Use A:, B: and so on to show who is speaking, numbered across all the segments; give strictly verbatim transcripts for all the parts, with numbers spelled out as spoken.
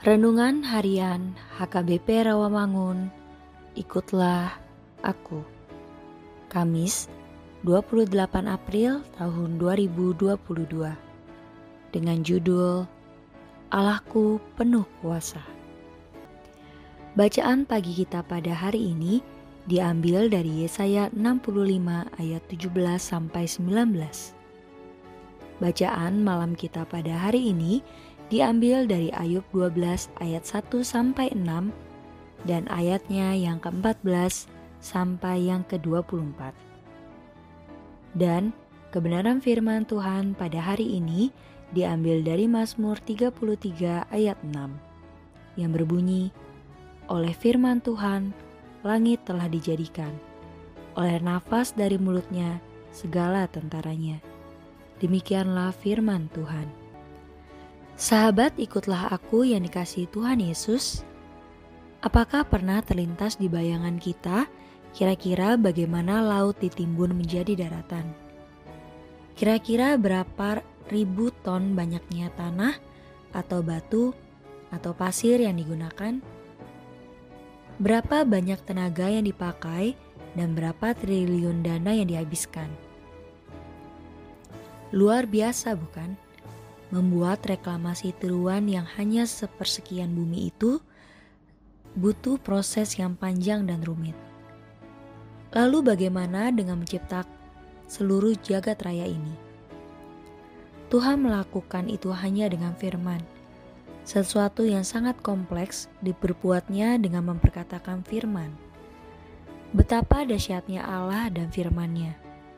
A: Renungan Harian H K B P Rawamangun, ikutlah aku. Kamis, dua puluh delapan April tahun dua ribu dua puluh dua. Dengan judul Allahku penuh kuasa. Bacaan pagi kita pada hari ini diambil dari Yesaya enam puluh lima ayat tujuh belas sampai sembilan belas. Bacaan malam kita pada hari ini diambil dari Ayub dua belas ayat satu sampai enam dan ayatnya yang keempat belas sampai yang kedua puluh empat. Dan kebenaran firman Tuhan pada hari ini diambil dari Mazmur tiga puluh tiga ayat enam yang berbunyi, oleh firman Tuhan langit telah dijadikan, oleh nafas dari mulutnya segala tentaranya. Demikianlah firman Tuhan. Sahabat, ikutlah aku yang dikasihi Tuhan Yesus. Apakah pernah terlintas di bayangan kita kira-kira bagaimana laut ditimbun menjadi daratan? Kira-kira berapa ribu ton banyaknya tanah atau batu atau pasir yang digunakan? Berapa banyak tenaga yang dipakai dan berapa triliun dana yang dihabiskan? Luar biasa, bukan? Membuat reklamasi tiruan yang hanya sepersekian bumi itu butuh proses yang panjang dan rumit. Lalu bagaimana dengan menciptakan seluruh jagat raya ini? Tuhan melakukan itu hanya dengan firman. Sesuatu yang sangat kompleks diperbuatnya dengan memperkatakan firman. Betapa dahsyatnya Allah dan firman-Nya.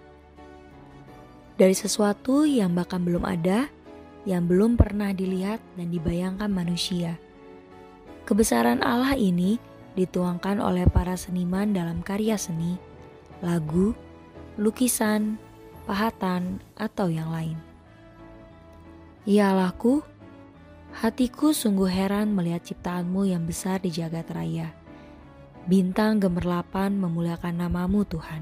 A: Dari sesuatu yang bahkan belum ada, yang belum pernah dilihat dan dibayangkan manusia. Kebesaran Allah ini dituangkan oleh para seniman dalam karya seni, lagu, lukisan, pahatan, atau yang lain. Ya Allahku, hatiku sungguh heran melihat ciptaanmu yang besar di jagat raya. Bintang gemerlapan memuliakan namamu Tuhan.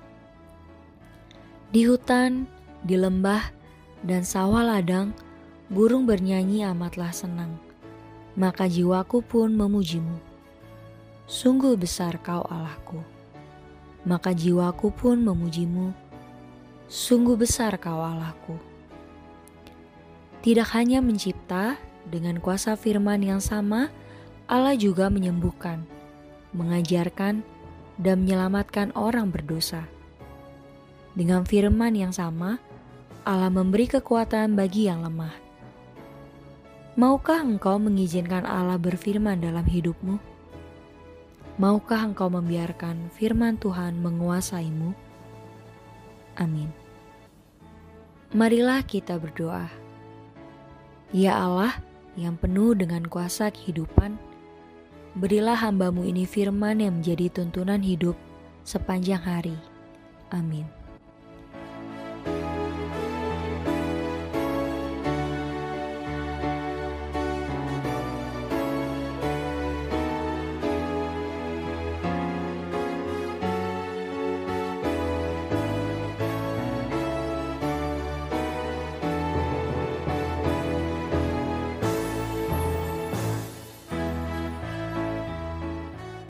A: Di hutan, di lembah, dan sawah ladang, burung bernyanyi amatlah senang, maka jiwaku pun memujimu. Sungguh besar kau Allahku, maka jiwaku pun memujimu. Sungguh besar kau Allahku. Tidak hanya mencipta, dengan kuasa firman yang sama, Allah juga menyembuhkan, mengajarkan, dan menyelamatkan orang berdosa. Dengan firman yang sama, Allah memberi kekuatan bagi yang lemah. Maukah engkau mengizinkan Allah berfirman dalam hidupmu? Maukah engkau membiarkan firman Tuhan menguasaimu? Amin. Marilah kita berdoa. Ya Allah yang penuh dengan kuasa kehidupan, berilah hamba-Mu ini firman yang menjadi tuntunan hidup sepanjang hari. Amin.